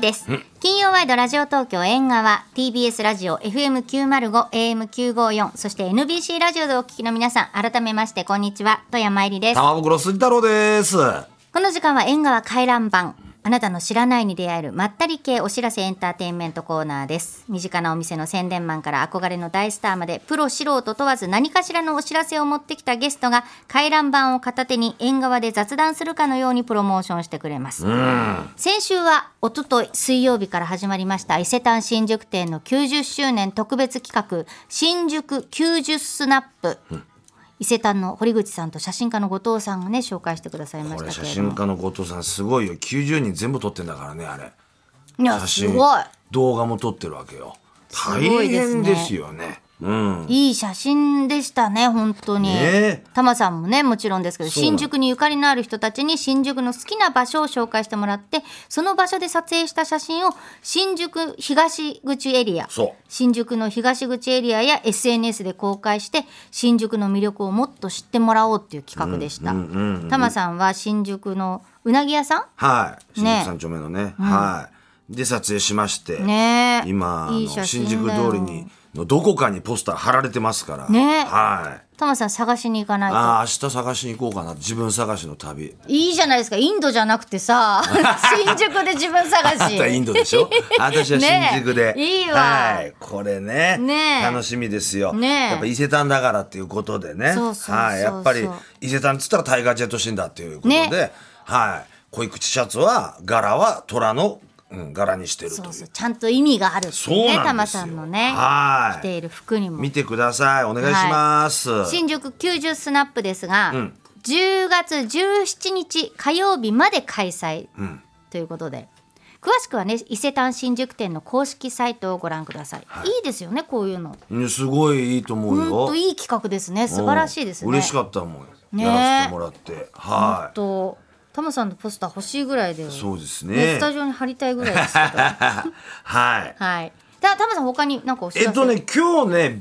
です。金曜ワイドラジオ東京縁側 TBS ラジオ FM905 AM954 そして NBC ラジオでお聞きの皆さん、改めましてこんにちは、富山えりです。 玉袋筋太郎です。 この時間は縁側回覧版、あなたの知らないに出会えるまったり系お知らせエンターテインメントコーナーです。身近なお店の宣伝マンから憧れの大スターまで、プロ素人問わず何かしらのお知らせを持ってきたゲストが回覧版を片手に縁側で雑談するかのようにプロモーションしてくれます。先週はおととい水曜日から始まりました伊勢丹新宿店の90周年特別企画、新宿90スナップ、伊勢丹の堀口さんと写真家の後藤さんがね紹介してくださいましたけれども、 これ写真家の後藤さんすごいよ。90人全部撮ってんだからね、あれ。 いや写真すごい、 動画も撮ってるわけよ。大すごいですね変ですよね。 いい写真でしたね本当に。タマさんもねもちろんですけど、新宿にゆかりのある人たちに新宿の好きな場所を紹介してもらって、その場所で撮影した写真を新宿東口エリア、新宿の東口エリアや SNS で公開して新宿の魅力をもっと知ってもらおうっていう企画でした。タマさんは新宿のうなぎ屋さん、 はい新宿三丁目のね、はいで撮影しまして、今いい写新真だよ宿通りにのどこかにポスター貼られてますから、 タマさん探しに行かないと。 明日探しに行こうかな。自分探しの旅。 いいじゃないですか、インドじゃなくてさ新宿で自分探し。 あんたインドでしょ私は新宿で、 いいわ、 これね楽しみですよ、やっぱ伊勢丹だからっていうことでね、やっぱり伊勢丹っつったらタイガージェットシンだっていうことで、濃い口シャツは柄は虎の柄にしてるという、 ちゃんと意味があるっていうね、タマさんのね着ている服にも見てください、お願いします、 新宿90スナップですが、10月17日火曜日まで開催、ということで、詳しくはね伊勢丹新宿店の公式サイトをご覧ください。いいですよねこういうの、 すごいいいと思うよ。 本当いい企画ですね、素晴らしいですね。 嬉しかったもん、やらせてもらって、 本当タマさんのポスター欲しいぐらいで、 そうですね、 スタジオに貼りたいぐらいですけどタマさん他に何かお知らせ。 今日ね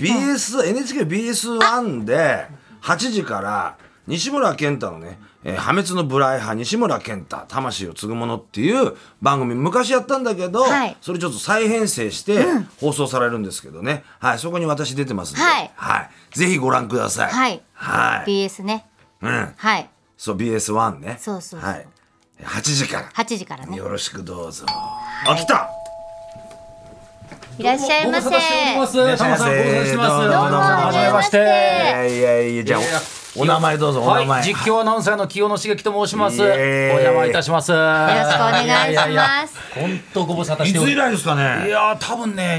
NHKBS1 で8時から西村健太のね、破滅の無頼派西村健太魂を継ぐものっていう番組昔やったんだけど、それちょっと再編成して放送されるんですけどね、そこに私出てますんで、ぜひご覧ください。 BS ね、 そう BS1 ね、 そう 8時からね、 よろしくどうぞ。来た、 いらっしゃいませ。 タマさんご無沙汰してます。 どうもはじめまして。 じゃあお名前どうぞ。お名前、 実況アナウンサーの清野茂樹と申します。お邪魔いたします。よろしくお願いします。 本当ご無沙汰しております。 いつ以来ですかね。 いや多分ね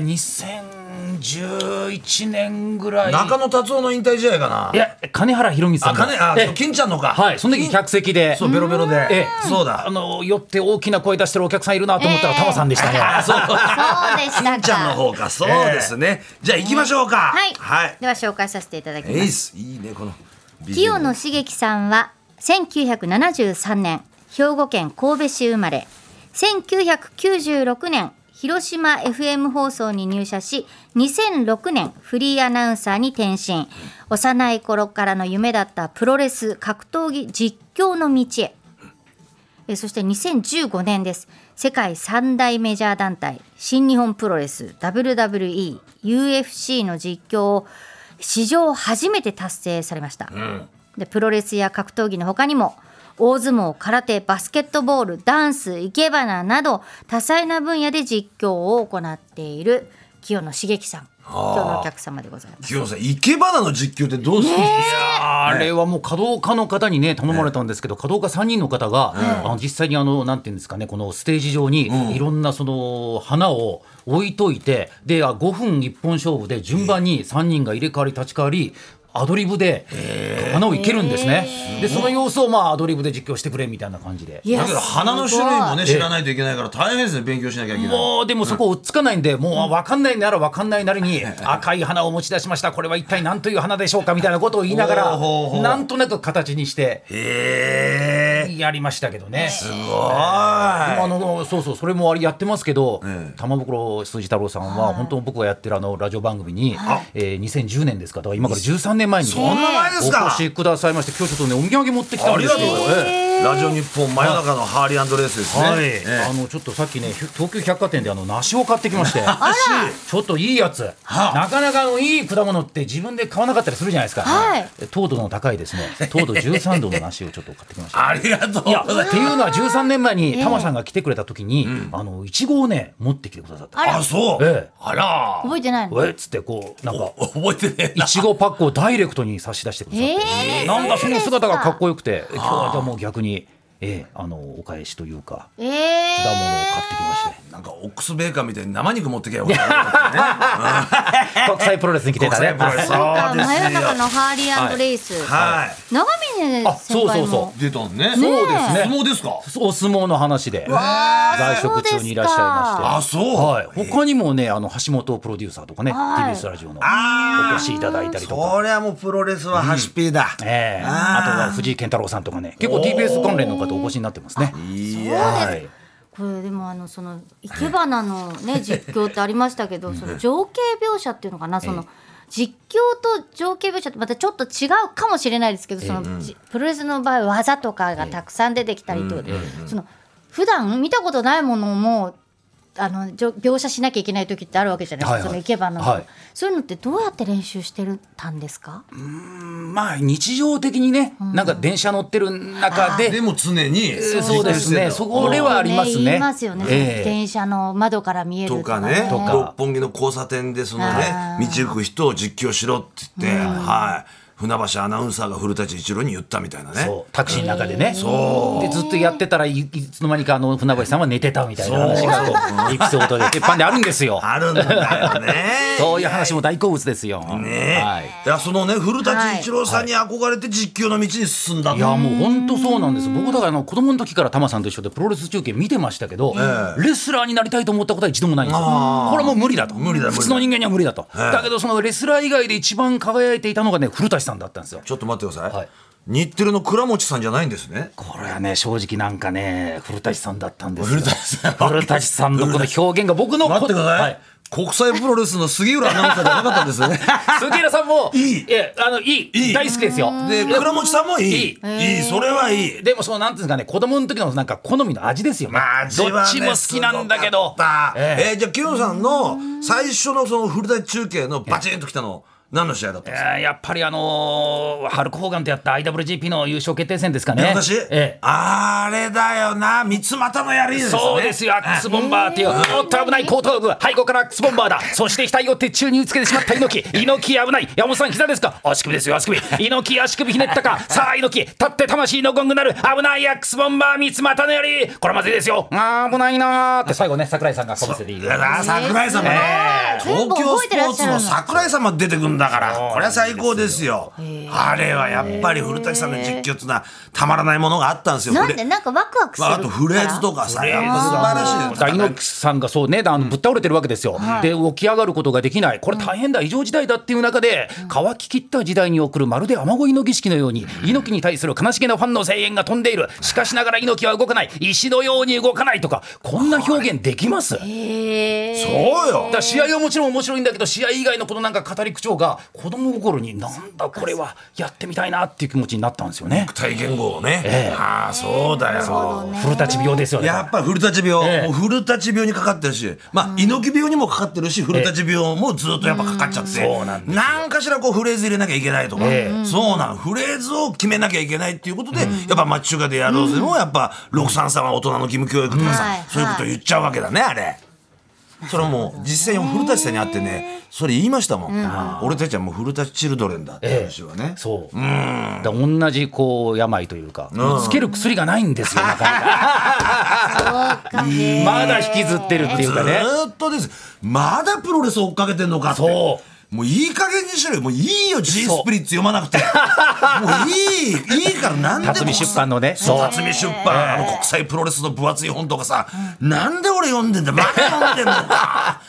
2011年ぐらい。 中野達夫の引退試合かな。 いや金原博光さんの。 金ちゃんのか。 その時客席でベロベロで、そうだ、 寄って大きな声出してるお客さんいるなと思ったらタマさんでしたね。 そうでしたか。 金ちゃんの方か。そうですね。じゃあ行きましょうか。 では紹介させていただきます。 いいねこの清野茂樹さんは1973年兵庫県神戸市生まれ、1996年広島 FM 放送に入社し、2006年フリーアナウンサーに転身。幼い頃からの夢だったプロレス格闘技実況の道へ。そして2015年です。世界三大メジャー団体新日本プロレス WWE UFC の実況を史上初めて達成されました。でプロレスや格闘技の他にも大相撲、空手、バスケットボール、ダンス、生け花など多彩な分野で実況を行っている清野茂樹さん、今日のお客様でございます。 清野さん、生け花の実況ってどうするんですか。 あれはもう華道家の方にね頼まれたんですけど、華道家3人の方が、実際になんていうんですかね、このステージ上にいろんなその花を置いといて、で5分1本勝負で順番に3人が入れ替わり立ち替わりアドリブで花を生けるんですね。でその様子をアドリブで実況してくれみたいな感じで。 だけど花の種類もね知らないといけないから大変ですね。勉強しなきゃいけない。 もうでもそこをつかないんで、もう分かんないなら分かんないなりに赤い花を持ち出しました、これは一体何という花でしょうかみたいなことを言いながらなんとなく形にしてやりましたけどね。 すごい。 そうそれもやってますけど、玉袋筋太郎さんは本当僕がやってるラジオ番組に2010年ですか、だから今から13年前にお越しくださいまして、今日ちょっとねお土産持ってきたんですよ。 ラジオ日本真夜中のハーリー&レースですね。 はい、ちょっとさっきね東急百貨店で梨を買ってきましてちょっといいやつ、なかなかいい果物って自分で買わなかったりするじゃないですか、糖度の高いですね、糖度13度の梨をちょっと買ってきましたありがとう。 いやっていうのは13年前にタマさんが来てくれた時にいちごをね持ってきてくださった。 あ、そう。あら。 覚えてないの？ つってこうなんか覚えてね。 いちごパックをダイレクトに差し出してくださって、なんかその姿がかっこよくて、今日はじゃあもう逆にお返しというか、果物を買ってきまして、 なんかオックスベーカーみたいに生肉持ってきゃよかったね。 国際プロレスに来てたね。 真夜中のハーリー&レース、長峰先輩も出たんね。 そうですね。 相撲ですか？ お相撲の話で在職中にいらっしゃいまして、 あ、そう。 はい。他にもね橋本プロデューサーとかね TBS ラジオのお越しいただいたりとか、 そりゃもうプロレスはハシピーだ。 あとは藤井健太郎さんとかね、結構 TBS 関連の方お越しになってますね。 いや、 これでもその生け花のね実況ってありましたけど、その情景描写っていうのかな、その実況と情景描写ってまたちょっと違うかもしれないですけど、そのプロレスの場合技とかがたくさん出てきたりと、その普段見たことないものも描写しなきゃいけない時ってあるわけじゃないですか、その生け花の、そういうのってどうやって練習してたんですか？ まあ日常的にね、なんか電車乗ってる中ででも常にそうですね、それはありますね。 言いますよね、電車の窓から見えるとかね、六本木の交差点でそのね道行く人を実況しろって言って、船橋アナウンサーが古舘一郎に言ったみたいなね。 そうタクシーの中でね、でずっとやってたらいつの間にか船橋さんは寝てたみたいな話がエピソードで鉄板であるんですよ。 あるんだよね。 そういう話も大好物ですよ。 いや、そのね古舘一郎さんに憧れて実況の道に進んだ。 いやもう本当そうなんです。僕だから子供の時からタマさんと一緒でプロレス中継見てましたけど、レスラーになりたいと思ったことは一度もないんですよ。これはもう無理だと、普通の人間には無理だと。だけどそのレスラー以外で一番輝いていたのがね古舘さんだったんですよ。 ちょっと待ってください、日テレの倉持さんじゃないんですね。 これはね正直なんかね古舘さんだったんですよ。古舘さんのこの表現が僕の待ってください、国際プロレスの杉浦アナウンサーじゃなかったんですよね。 杉浦さんもいい大好きですよ。 で倉持さんもいいそれはいい。 でもそのなんていうんですかね、子供の時のなんか好みの味ですよね。どっちも好きなんだけど。 じゃあ清野さんの最初のその古舘中継のバチンときたの何の試合だったんですか？ やっぱりハルク・ホーガンとやった IWGP の優勝決定戦ですかね。 私、あれだよな、三つ股の槍ですね。 そうですよ、アックスボンバーっていう、おっと危ない後頭部、背後からアックスボンバーだ。そして額を鉄柱につけてしまった猪木危ない。山本さん膝ですか？足首ですよ、足首。猪木足首ひねったか。さあ猪木立って魂のゴングなる。危ないアックスボンバー三つ股の槍、これまずいですよ。危ないなーって最後ね櫻井さんがかぶせている。 櫻井さんも東京スポーツの櫻井さんも出てくるんだから、これは最高ですよ。あれはやっぱり古舘さんの実況ってのはたまらないものがあったんですよ。 なんでなんかワクワクする。 あとフレーズとかさ、やっぱ素晴らしいです。 猪木さんがそうねぶっ倒れてるわけですよ。で起き上がることができない、これ大変だ、異常事態だっていう中で、乾ききった時代に送るまるで雨乞いの儀式のように猪木に対する悲しげなファンの声援が飛んでいる。しかしながら猪木は動かない、石のように動かないとか、こんな表現できます？そうよ。 だ試合はもちろん面白いんだけど、試合以外のこのなんか語り口調が子供心になんだこれはやってみたいなっていう気持ちになったんですよね。 体言語をね、そうだよ、 古舘病ですよね。 やっぱり古舘病、もう古舘病にかかってるし、猪木病にもかかってるし、古舘病もずっとやっぱかかっちゃって、なんかしらこうフレーズ入れなきゃいけないとか、そうなんフレーズを決めなきゃいけないっていうことで、やっぱ町中華でやろうぜもやっぱ633は大人の義務教育とかさ、そういうこと言っちゃうわけだね、あれ。それはもう実際に古舘さんに会ってね、それ言いましたもん、俺たちはもう古舘チルドレンだって話はね。 そうだ、同じこう病というか、つける薬がないんですよ、なかなかまだ引きずってるっていうかね。 ずっとです。まだプロレス追っかけてんのかって。もういい加減にしろよ。もういいよ G スプリッツ読まなくて。もういいから何でも。 辰巳出版のね。 辰巳出版、国際プロレスの分厚い本とかさ、なんで俺読んでんだ、まだ読んでんのか。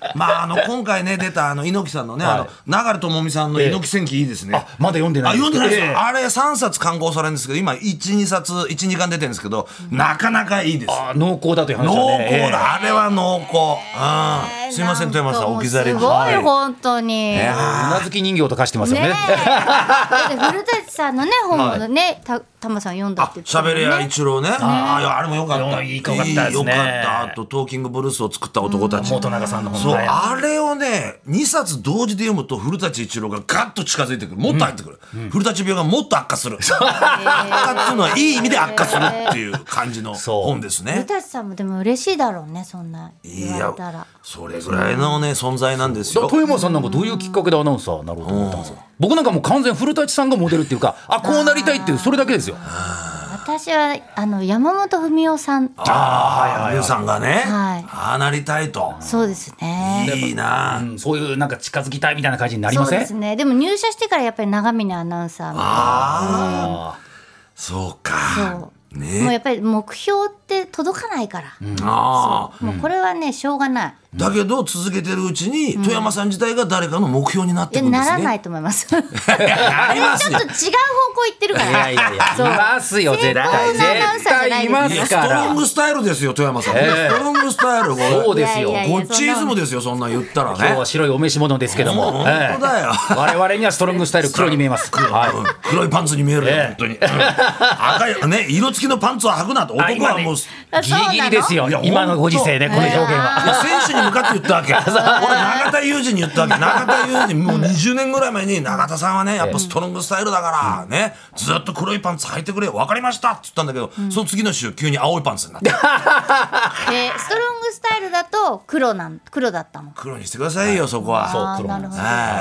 今回ね出た猪木さんのね、流智美さんの猪木戦記いいですね。 まだ読んでないんです読んでないですよ。あれ3冊刊行されるんですけど、今 1,2 巻出てるんですけど、なかなかいいです。 濃厚だという話だね。 濃厚だ、あれは濃厚。すいません、富山さん置き去りに。 すごい本当に。 うなずき人形と化してますよね。 だって古舘さんのね本もね、タマさん読んだって言ってたもんね。 喋れや一郎ね。あれもよかった。 いいかったですね。 よかった。あとトーキングブルースを作った男たち。 元永さんの本。 そう、あれをね2冊同時で読むと古舘一郎がガッと近づいてくる。もっと入ってくる。古舘病がもっと悪化する。悪化っていうのはいい意味で悪化するっていう感じの本ですね。 古舘さんもでも嬉しいだろうね、そんな言われたら。 それぐらいのね存在なんですよ。 富山さんなんかどういうきっかけでアナウンサーになろうと思ったんですか。僕なんかもう完全古舘さんがモデルっていうか、こうなりたいっていうそれだけですよ。 私は山本文夫さん。 文夫さんがね、なりたいと。 そうですね。 いいな、 そういうなんか近づきたいみたいな感じになりません？ そうですね。でも入社してからやっぱり長峰アナウンサーみたいな。 そうか。 そうもうやっぱり目標って届かないから。もうこれはねしょうがない。 だけど続けてるうちに富山さん自体が誰かの目標になってくるんですね。 ならないと思います。 なりますよ。 ちょっと違う方向行ってるから。 いますよ絶対。絶対いますから。 ストロングスタイルですよ富山さん。ストロングスタイル。 そうですよ。 ゴッチイズムですよ、そんなん言ったらね。 今日は白いお召し物ですけども。 本当だよ。 我々にはストロングスタイル黒に見えます。 黒いパンツに見えるよ本当に。赤いね色付きのパンツを履くなと。男はもうギリギリですよ。今のご時世ねこの表現は。 選手に向かって言ったわけ。俺永田裕二に言ったわけ。永田裕二もう20年ぐらい前に永田さんはねやっぱストロングスタイルだからねずっと黒いパンツ履いてくれ分かりましたって言ったんだけど、その次の週急に青いパンツになって。 ストロングスタイルだと黒だったの。 黒にしてくださいよそこは。 そう黒なるほど。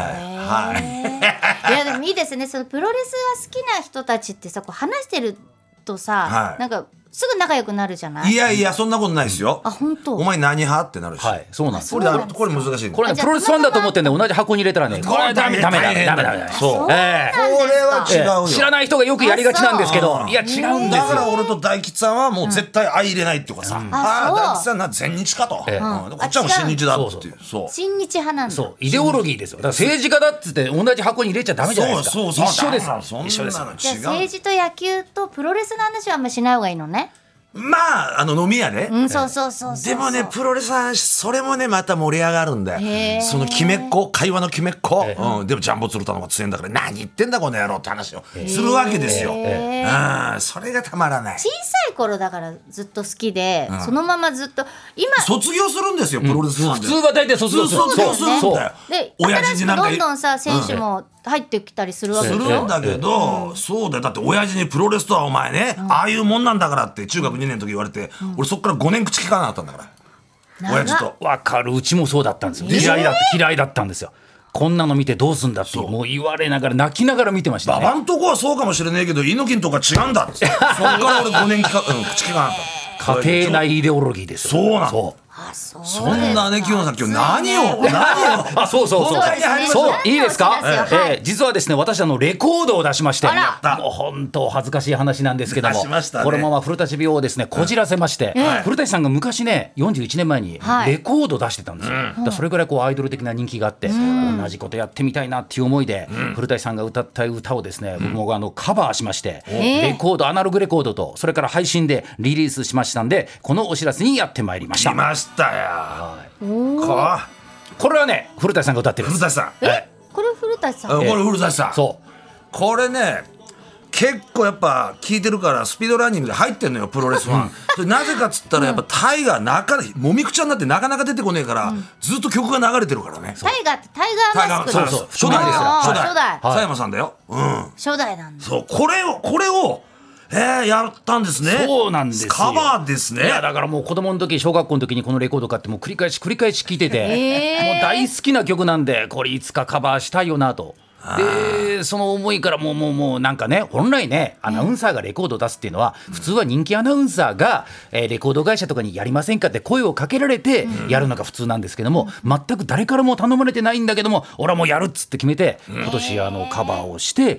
いやでもいいですね。そのプロレスが好きな人たちってさ、こう話してるとさ、なんかすぐ仲良くなるじゃない。 いやいやそんなことないですよ。 本当。 お前何派ってなるし。 そうなんです。 これ難しい。 これプロレスファンだと思ってんで同じ箱に入れたらね、これダメ。そう。これは違うよ。 知らない人がよくやりがちなんですけど、いや違うんですよ。 だから俺と大吉さんはもう絶対相入れないっていうかさ、大吉さんな全日かと、こっちはもう新日だっていう。 新日派なんだ。 そうイデオロギーですよ。だから政治家だっつって同じ箱に入れちゃダメじゃないですか。 そう一緒です。 一緒です。 政治と野球とプロレスの話はあんましない方がいいのね。 飲み屋ね。 そうでもねプロレスはそれもねまた盛り上がるんだよ。その会話の決めっこ。でもジャンボ鶴田の方が強いんだから何言ってんだこの野郎って話をするわけですよ。それがたまらない。 小さい頃だからずっと好きで、そのままずっと今卒業するんですよプロレスなんで。 普通は大体卒業するんだよ。 で新しくどんどんさ選手も入ってきたりするわけでしょ。 するんだけど、そうだよ。だって親父にプロレスとはお前ね、ああいうもんなんだからって中学2年の時言われて、俺そっから5年口聞かなかったんだから親父と。 分かる。うちもそうだったんですよ。嫌いだったんですよ。こんなの見てどうすんだってもう言われながら泣きながら見てましたね。 馬場んとこはそうかもしれないけど猪木んとこは違うんだってそっから俺5年口聞かなかった。 家庭内イデオロギーですよ。 そうなの。そんなね清野さん今日何をそういいですか。実はですね私レコードを出しまして、もう本当恥ずかしい話なんですけども、このまま古舘病をですねこじらせまして、古舘さんが昔ね41年前にレコード出してたんですよ。だそれぐらいアイドル的な人気があって、同じことやってみたいなっていう思いで、古舘さんが歌った歌をですね僕もカバーしまして、レコードアナログレコードとそれから配信でリリースしましたんで、このお知らせにやってまいりました。これはね古舘さんが歌ってるんです。 古舘さん。 これ古舘さん。 これ古舘さん。そうこれね結構やっぱ聞いてるからスピードランニングで入ってんのよプロレスは。それなぜかっつったらやっぱタイガーもみくちゃになってなかなか出てこねえから、ずっと曲が流れてるからね。 タイガーってタイガーマスク。 そう初代ですよ。初代佐山さんだよ。 初代なんだ。 そうこれをやったんですね。 そうなんですよ。 カバーですね。 いやだからもう子供の時小学校の時にこのレコード買ってもう繰り返し聴いてて、もう大好きな曲なんでこれいつかカバーしたいよなと。でその思いからもうなんかね本来ねアナウンサーがレコードを出すっていうのは普通は人気アナウンサーがレコード会社とかにやりませんかって声をかけられてやるのが普通なんですけども、全く誰からも頼まれてないんだけども俺はもうやるっつって決めて今年カバーをして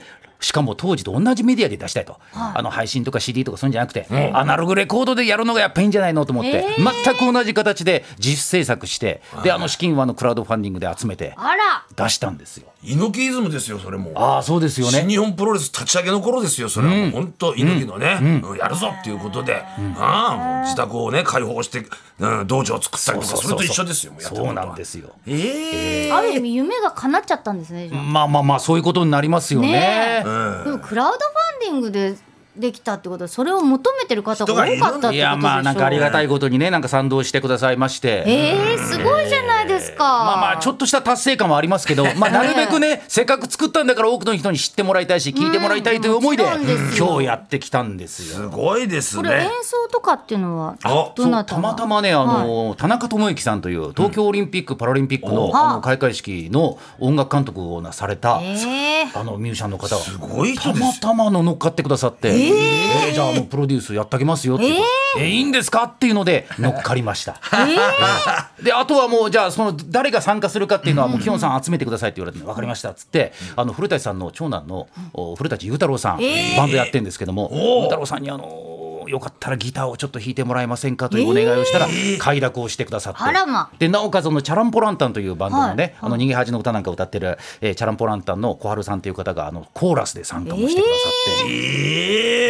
しかも当時と同じメディアで出したいと、配信とか CD とかそういうんじゃなくて、アナログレコードでやるのがやっぱいいんじゃないのと思って、全く同じ形で自主制作して、で資金はクラウドファンディングで集めて出したんですよ。 猪木イズムですよそれも。 そうですよね。 新日本プロレス立ち上げの頃ですよそれは。もう本当猪木のね、やるぞっていうことで、もう自宅をね開放して、道場を作ったりとか、それと一緒ですよ。もうやってることはそうなんですよ。 ある意味夢が叶っちゃったんですね。じゃあまあそういうことになりますよね。 でもクラウドファンディングでできたってことは、それを求めてる方が多かったってことでしょう。 いやなんかありがたいことにね、なんか賛同してくださいまして、 すごいじゃないですか。 ちょっとした達成感はありますけど、なるべくね、せっかく作ったんだから多くの人に知ってもらいたいし、聞いてもらいたいという思いで、今日やってきたんですよ。 すごいですね。 これ演奏とかっていうのはどなたが？ たまたまね、田中智之さんという東京オリンピック・パラリンピックの開会式の音楽監督をなされたミュージシャンの方がすごい人たです。 またま乗っかってくださって、じゃあもうプロデュースやってあげますよっていいんですかっていうので乗っかりました。であとはもうじゃあその誰が参加するかっていうのはもうキヨンさん集めてくださいって言われて、分かりましたっつって、古舘さんの長男の古舘雄太郎さん、バンドやってるんですけども、雄太郎さんによかったらギターをちょっと弾いてもらえませんかというお願いをしたら快諾をしてくださって、でなおかつチャランポランタンというバンドのね、逃げ恥の歌なんか歌ってる、チャランポランタンの小春さんという方がコーラスで参加もしてくださって、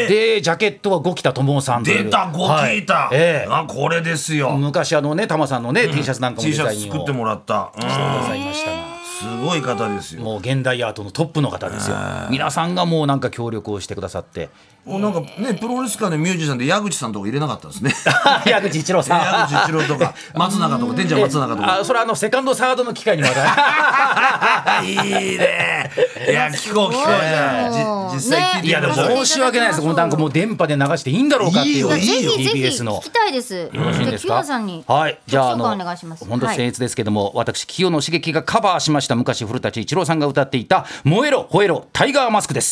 でジャケットは五木田智さんという、 出た五木田、これですよ。 昔ねタマさんのね、T シャツなんかもデザインを T シャツ作ってもらったしてくださいましたが、 すごい方ですよ。 もう現代アートのトップの方ですよ。皆さんがもうなんか協力をしてくださって、 もうなんかね、プロレス界のミュージシャンで矢口さんとか入れなかったですね。 矢口一郎さん、 矢口一郎とか松永とか天ちゃん松永とか。 それセカンドサードの機会にまたいいね。いや聞こうじゃあ実際聞いてみましょう。 いやでも申し訳ないです。なんかもう電波で流していいんだろうかっていう。 ぜひ TBS の聞きたいです。 よろしいですか。 キヨさんにじゃあお願いします。 本当僭越ですけども、私清野茂樹がカバーしました昔古舘一郎さんが歌っていた燃えろ吠えろタイガーマスクです。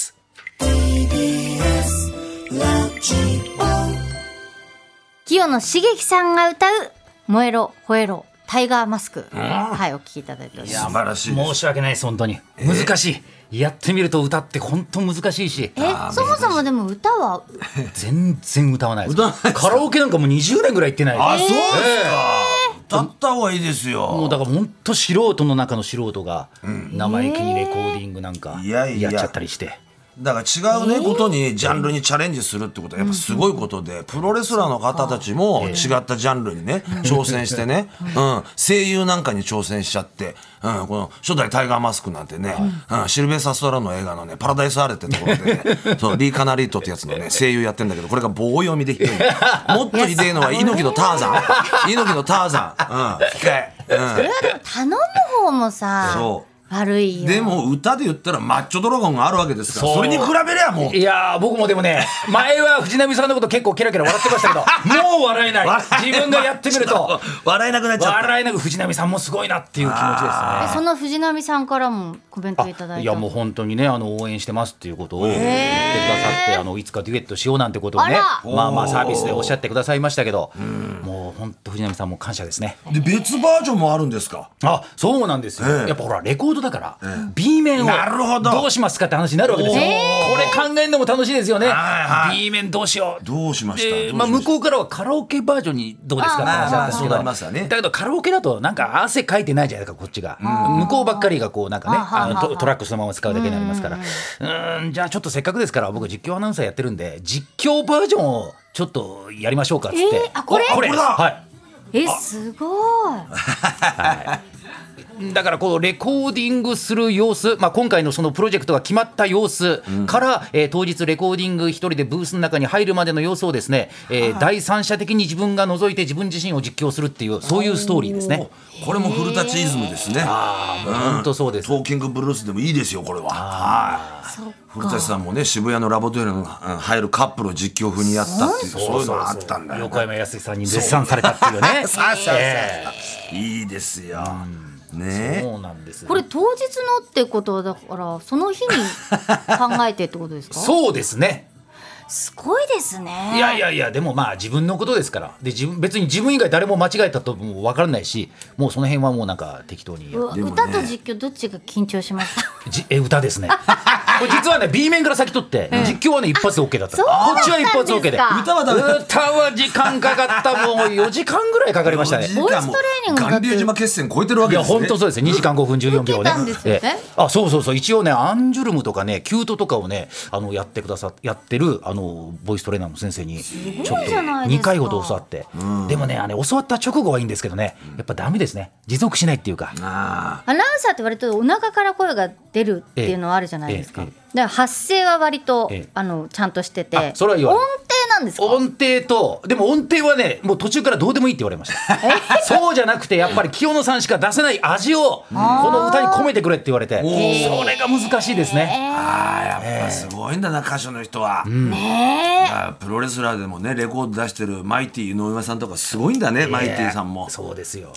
清野茂樹さんが歌う燃えろ吠えろタイガーマスク、はい、お聴きいただいております。 素晴らしいです。 申し訳ないです。本当に難しい、やってみると歌って本当難しいし、 そもそもでも歌は全然歌わないです。カラオケなんかもう20年ぐらい行ってないです。 そうですか。歌った方がいいですよ。 もうだから本当素人の中の素人が生意気にレコーディングなんかやっちゃったりして、 だから違うね、ことにジャンルにチャレンジするってことはやっぱすごいことで、プロレスラーの方たちも違ったジャンルにね、挑戦してね、声優なんかに挑戦しちゃって、この初代タイガーマスクなんてね、シルベスタ・ストラの映画のねパラダイス・アレってところで、ね、そうリー・カナリートってやつのね声優やってんだけど、これが棒読みで弾いてる。もっとひでえのは猪木のターザン、猪木のターザン、吹き替え。 それはでも頼む方もさ、悪いよ。 でも歌で言ったらマッチョドラゴンがあるわけですから、それに比べりゃもう。 いや僕もでもね、前は藤波さんのこと結構キラキラ笑ってましたけどもう笑えない。自分がやってみると笑えなくなっちゃった。 笑えなく、藤波さんもすごいなっていう気持ちですね。 その藤波さんからもコメントいただいた。 いやもう本当にね、応援してますっていうことを言ってくださって、いつかデュエットしようなんてことをね、まあサービスでおっしゃってくださいましたけど、もう本当藤波さんも感謝ですね。 で別バージョンもあるんですか。 そうなんですよ。やっぱほらレコードだから、B 面をどうしますかって話になるわけですよ。これ考えるのも楽しいですよね。B 面どうしよう。 どうしました。 向こうからはカラオケバージョンにどうですかって話だったんですけど、だけどカラオケだとなんか汗かいてないじゃないですか、こっちが。向こうばっかりがこうなんかね、トラックそのまま使うだけになりますから。じゃあちょっとせっかくですから僕実況アナウンサーやってるんで、実況バージョンをちょっとやりましょうかっつって。 これです。はい。 すごい。 だからこうレコーディングする様子、今回のそのプロジェクトが決まった様子から、当日レコーディング一人でブースの中に入るまでの様子をですね、第三者的に自分が覗いて自分自身を実況するっていう、そういうストーリーですね。 これも古舘イズムですね。 本当そうです。 トーキングブルースでもいいですよこれは。古舘さんもね、渋谷のラボトリーに入るカップルを実況風にやったっていう、そういうのがあったんだよ。 横山やすしさんに絶賛されたっていうね。 いいですよ。ね、 そうなんです。 これ当日のってことだから、その日に考えてってことですか。 そうですね。 すごいですね。 いやでもまあ自分のことですからで別に自分以外誰も間違えたとも分からないしもうその辺はもうなんか適当に歌と実況どっちが緊張しました歌ですねこれ実はね B 面から先取って実況はね一発で OK だったこっちは一発 OK で歌は時間かかったもう4時間ぐらいかかりましたねボイストレーニングだって巌流島決戦超えてるわけですね。 いや本当そうですね2時間5分14秒ねそう一応ねアンジュルムとかねキュートとかをねやってるボイストレーナーの先生にちょっと2回ほど教わって、でもね教わった直後はいいんですけどねやっぱダメですね持続しないっていうかアナウンサーって割とお腹から声が出るっていうのはあるじゃないですか、だから発声は割とちゃんとしててそれは言われる音程なんですか？ 音程とでも音程はねもう途中からどうでもいいって言われましたそうじゃなくてやっぱり清野さんしか出せない味をこの歌に込めてくれって言われてそれが難しいですね。 やっぱすごいんだな歌手の人は、プロレスラーでもねレコード出してるマイティ井上さんとかすごいんだね、マイティさんもそうですよ、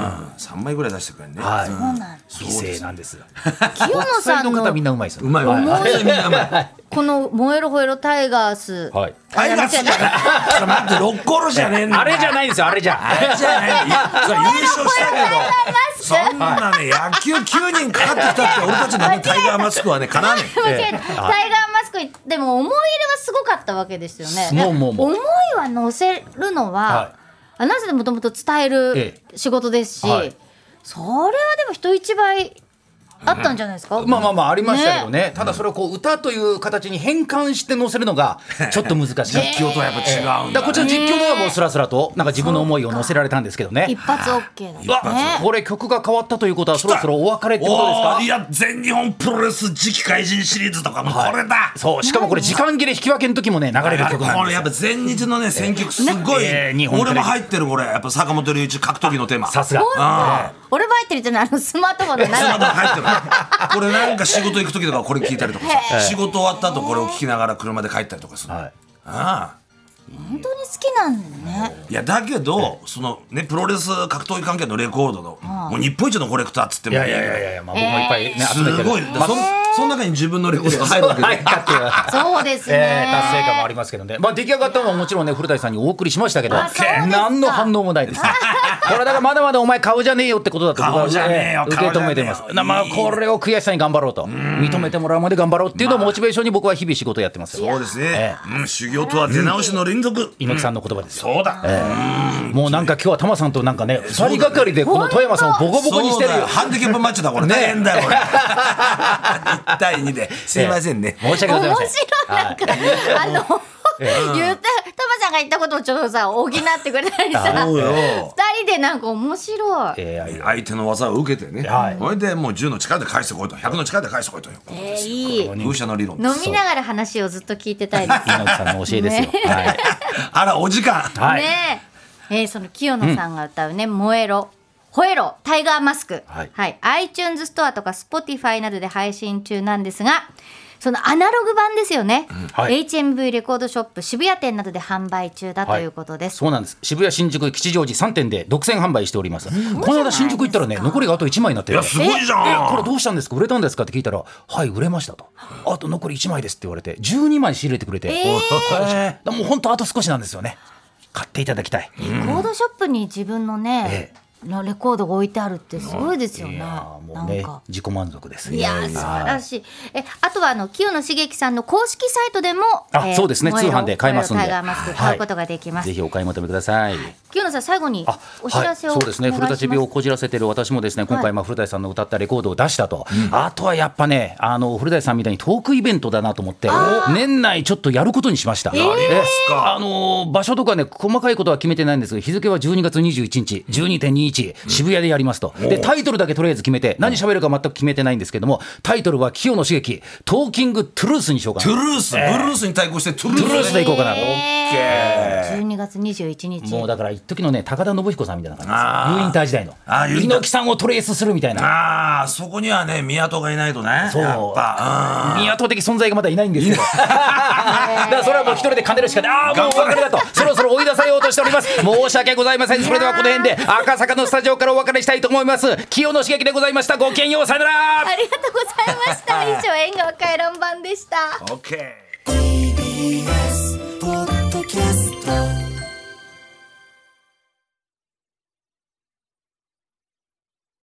3枚ぐらい出してくれるね、 犠牲なんです清野さんの方みんなうまいですよ、 うまいみんなうまいこの燃えろほえろタイガース、 タイガースじゃない待って六甲おろしじゃねえんだあれじゃないんですよあれじゃない優勝したけどそんなね野球9人かかってきたって俺たちのねタイガーマスクはねかなわねタイガーマスクでも思い入れはすごかったわけですよね。思いは乗せるのはアナウンサーでもともと伝える仕事ですし、それはでも人一倍あったんじゃないですか。 まあありましたけどね。ただそれをこう歌という形に変換して載せるのがちょっと難しい。 実況とはやっぱ違うんだ。 こっちの実況のはもうスラスラとなんか自分の思いを載せられたんですけどね。 一発 OK だね。 これ曲が変わったということはそろそろお別れってことですか。 いや全日本プロレス次期怪人シリーズとかもこれだ。 そうしかもこれ時間切れ引き分けの時もね流れる曲なんですよ。 これやっぱ前日のね選曲すごい。俺も入ってるこれやっぱ坂本龍一格闘技のテーマ。 さすが。 俺も入ってるじゃないスマートフォンのスマートフォン入ってる。これなんか仕事行く時とかこれ聞いたりとかさ仕事終わった後これを聞きながら車で帰ったりとかする、 本当に好きなんだよね。 いやだけどそのねプロレス格闘技関係のレコードのもう日本一のコレクターっつってもいやまあ僕もいっぱいね集めてる。 すごいその中に自分のレコードが入るわけでそうですね、 達成感もありますけどね。まあ出来上がったのはもちろんね古舘さんにお送りしましたけど何の反応もないです。これだからまだまだお前顔じゃねえよってことだと僕は受け止めてます。まあこれを悔しさに頑張ろうと認めてもらうまで頑張ろうっていうのをモチベーションに僕は日々仕事やってますよ。 そうですね、修行とは出直しの連続、 猪木さんの言葉ですよ。 そうだ、 もうなんか今日はタマさんとなんかね2人がかりでこの富山さんをボコボコにしてるよ。 ハンディキャップマッチだこれ大変だよこれ1対2ですいませんね、 申し訳ございません。 面白いなんか言ったタマさんが言ったことをちょっとさ補ってくれたりさ2人でなんか面白い、 相手の技を受けてね、それでもう10の力で返してこいと100の力で返してこいということですよ。 いい風車の理論飲みながら話をずっと聞いてたいです猪木さんの教えですよ、 あらお時間、 その清野さんが歌うね、燃えろ吠えろタイガーマスク、iTunes ストアとか Spotify などで配信中なんですが、そのアナログ版ですよね、HMV レコードショップ渋谷店などで販売中だということです。 そうなんです。渋谷新宿吉祥寺3店で独占販売しております。この間新宿行ったらね残りがあと1枚になってる。 すごいじゃん。 これどうしたんですか売れたんですかって聞いたらはい売れましたと、あと残り1枚ですって言われて12枚仕入れてくれて、もう本当あと少しなんですよね。買っていただきたい。 レコードショップに自分のね、のレコードが置いてあるってすごいですよね。 もうね自己満足です。 いや素晴らしい。あとは清野茂樹さんの公式サイトでもそうですね通販で買えますんでタイガーマスク買うことができます。 ぜひお買い求めください。 清野さん最後にお知らせをそうですね古舘病をこじらせてる私もですね今回古舘さんの歌ったレコードを出したと、あとはやっぱね古舘さんみたいにトークイベントだなと思って年内ちょっとやることにしました。場所とかね細かいことは決めてないんですが日付は12月21日 12.21 渋谷でやりますと。でタイトルだけとりあえず決めて何喋るか全く決めてないんですけども、タイトルは清野茂樹トーキングトゥルースにしようかな。 トゥルース、ブルースに対抗してトゥルースでいこうかなと。 12月21日もうだから一時のね高田信彦さんみたいな感じです。ユーインター時代の猪木さんをトレースするみたいな。 そこにはね宮戸がいないとね。 そうやっぱ宮戸的存在がまだいないんですけどだからそれはもう一人で兼ねるしかない。もうお別れだとそろそろ追い出されようとしております。申し訳ございません。それではこの辺で赤坂のスタジオからお別れしたいと思います。清野茂樹でございました。ごきげんようさよなら。 ありがとうございました。以上縁側回覧版でした。 OK TBS